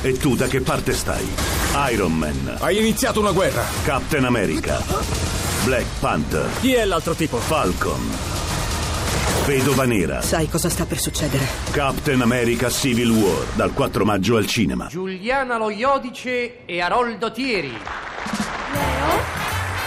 E tu da che parte stai? Iron Man, Hai iniziato una guerra. Captain America, Black Panther, Chi è l'altro tipo? Falcon, Vedova Nera. Sai cosa sta per succedere? Captain America Civil War, dal 4 maggio al cinema. Giuliana Lo Iodice e Aroldo Thieri. Leo?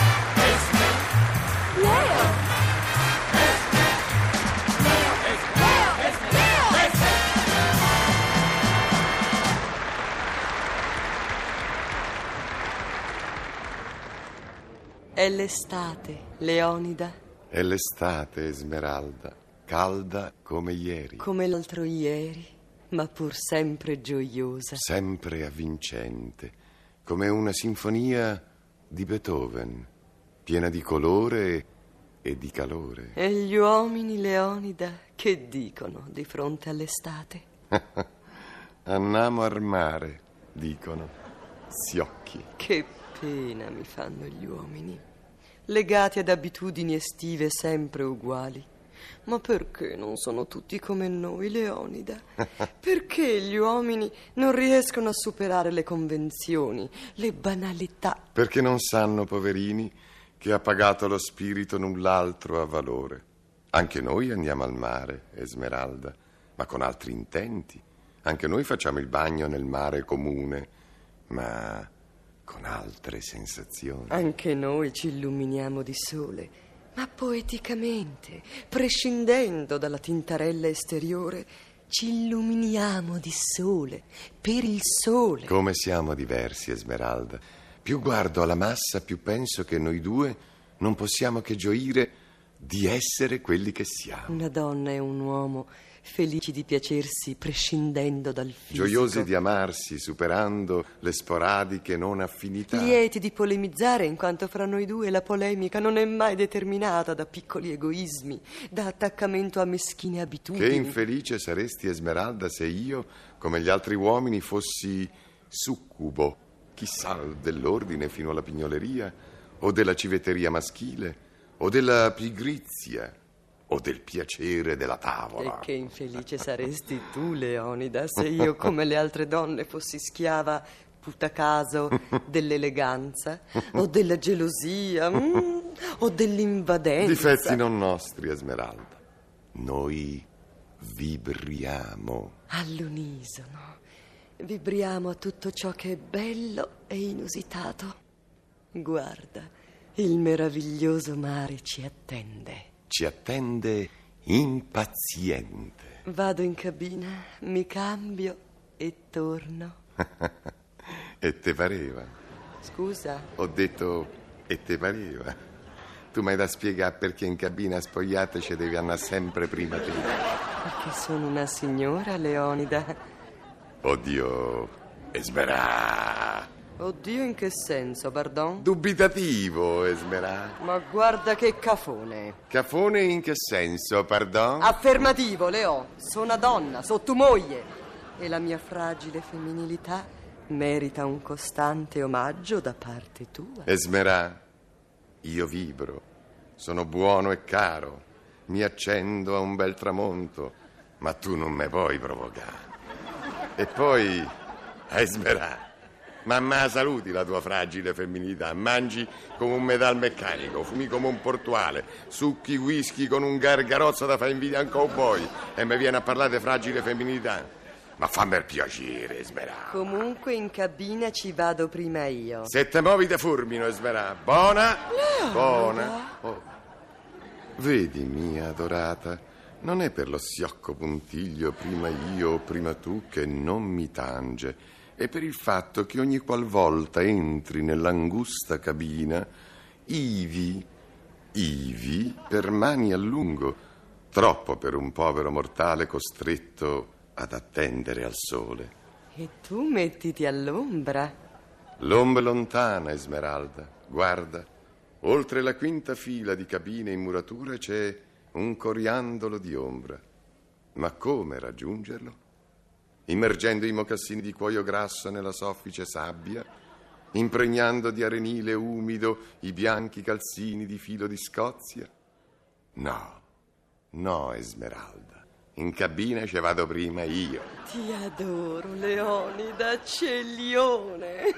È l'estate, Leonida. È l'estate, Esmeralda, calda come ieri, Come l'altro ieri, ma pur sempre gioiosa. sempre avvincente, come una sinfonia di Beethoven, piena di colore e di calore. E gli uomini, Leonida, che dicono di fronte all'estate? Andiamo al mare, dicono, siocchi. Che pena mi fanno gli uomini, legati ad abitudini estive sempre uguali. Ma perché non sono tutti come noi, Leonida? Perché gli uomini non riescono a superare le convenzioni, le banalità? Perché non sanno, poverini, che ha pagato lo spirito null'altro ha valore. Anche noi andiamo al mare, Esmeralda, ma con altri intenti. Anche noi facciamo il bagno nel mare comune, ma con altre sensazioni. Anche noi ci illuminiamo di sole, ma poeticamente, prescindendo dalla tintarella esteriore, ci illuminiamo di sole, per il sole. Come siamo diversi, Esmeralda. Più guardo alla massa, più penso che noi due non possiamo che gioire di essere quelli che siamo. Una donna e un uomo felici di piacersi prescindendo dal fisico. Gioiosi di amarsi, superando le sporadiche non affinità. Lieti di polemizzare, in quanto fra noi due la polemica non è mai determinata da piccoli egoismi, da attaccamento a meschine abitudini. Che infelice saresti, Esmeralda, se io, come gli altri uomini, fossi succubo, chissà, dell'ordine fino alla pignoleria, o della civetteria maschile, o della pigrizia, o del piacere della tavola. E che infelice saresti tu, Leonida, se io, come le altre donne, fossi schiava, putacaso, dell'eleganza, o della gelosia, o dell'invadenza. Difetti non nostri, Esmeralda. Noi vibriamo. All'unisono, vibriamo a tutto ciò che è bello e inusitato. Guarda, il meraviglioso mare ci attende. Ci attende impaziente. Vado in cabina, mi cambio e torno. E te pareva? Scusa? Ho detto, e te pareva? Tu m'hai da spiegare perché in cabina spogliate ci devi andare sempre prima te. Perché sono una signora, Leonida. Oddio, Esmerà. Oddio, in che senso, pardon? Dubitativo, Esmerà. Ma guarda che cafone. Cafone in che senso, pardon? Affermativo, Leo. Sono una donna, sono tua moglie. E la mia fragile femminilità merita un costante omaggio da parte tua. Esmerà, io vibro, sono buono e caro, mi accendo a un bel tramonto, ma tu non me puoi provocare. E poi, Esmerà, mamma saluti la tua fragile femminilità, mangi come un metalmeccanico, fumi come un portuale, succhi whisky con un gargarozzo da fare invidia a un cowboy e mi viene a parlare di fragile femminilità. Ma fammi il piacere, Esmerà. Comunque in cabina ci vado prima io. Se te muovi te fulmino, Esmerà. Buona? Leonida. Buona? Oh. Vedi, mia adorata, non è per lo sciocco puntiglio prima io o prima tu che non mi tange, è per il fatto che ogni qualvolta entri nell'angusta cabina, ivi, permani a lungo, troppo per un povero mortale costretto ad attendere al sole. E tu mettiti all'ombra. L'ombra lontana, Esmeralda, guarda, oltre la quinta fila di cabine in muratura c'è un coriandolo di ombra. Ma come raggiungerlo? Immergendo i mocassini di cuoio grasso nella soffice sabbia, impregnando di arenile umido i bianchi calzini di filo di Scozia? No, Esmeralda. In cabina ci vado prima io. Ti adoro, Leonida, ceglione.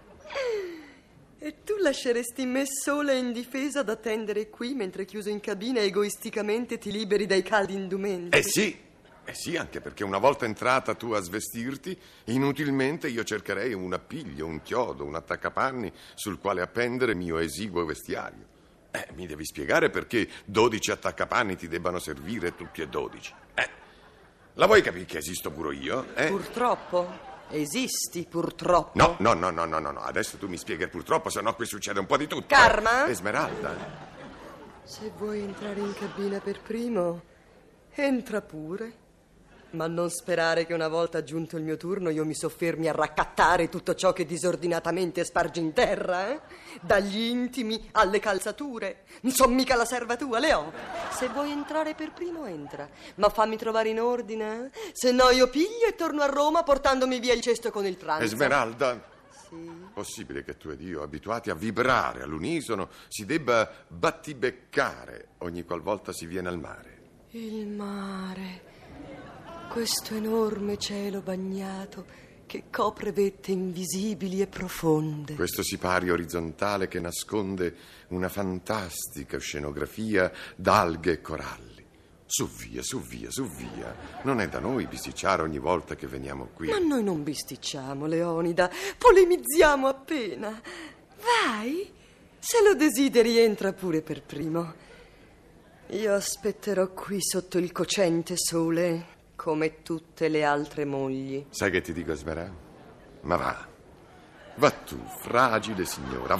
E tu lasceresti me sola e indifesa ad attendere qui mentre chiuso in cabina egoisticamente ti liberi dai caldi indumenti? Eh sì, anche perché una volta entrata tu a svestirti, inutilmente io cercherei un appiglio, un chiodo, un attaccapanni sul quale appendere mio esiguo vestiario. Mi devi spiegare perché 12 attaccapanni ti debbano servire tutti e 12. La vuoi capire che esisto pure io? Purtroppo? Esisti, purtroppo? No. Adesso tu mi spieghi purtroppo, se no qui succede un po' di tutto. Karma? Esmeralda. Se vuoi entrare in cabina per primo, entra pure. Ma non sperare che una volta giunto il mio turno io mi soffermi a raccattare tutto ciò che disordinatamente spargi in terra, eh? Dagli intimi alle calzature. Non son mica la serva tua, Leo. Se vuoi entrare per primo, entra. Ma fammi trovare in ordine, eh? Se no io piglio e torno a Roma portandomi via il cesto con il pranzo. Esmeralda. Sì. Possibile che tu ed io, abituati a vibrare all'unisono, si debba battibeccare ogni qualvolta si viene al mare? Il mare... Questo enorme cielo bagnato che copre vette invisibili e profonde. Questo sipario orizzontale che nasconde una fantastica scenografia d'alghe e coralli. Su via. Non è da noi bisticciare ogni volta che veniamo qui. Ma noi non bisticciamo, Leonida. Polemizziamo appena. Vai. Se lo desideri, entra pure per primo. Io aspetterò qui sotto il cocente sole... come tutte le altre mogli. Sai che ti dico, Esmeralda? Ma va tu, fragile signora,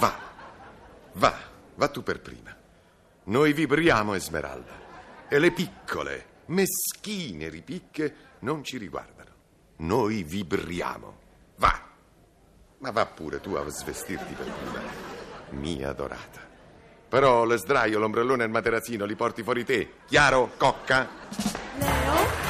va tu per prima. Noi vibriamo, Esmeralda, e le piccole, meschine ripicche non ci riguardano. Noi vibriamo. Ma va pure tu a svestirti per prima, mia adorata. Però le sdraio, l'ombrellone e il materazzino li porti fuori te, chiaro, cocca? Leo?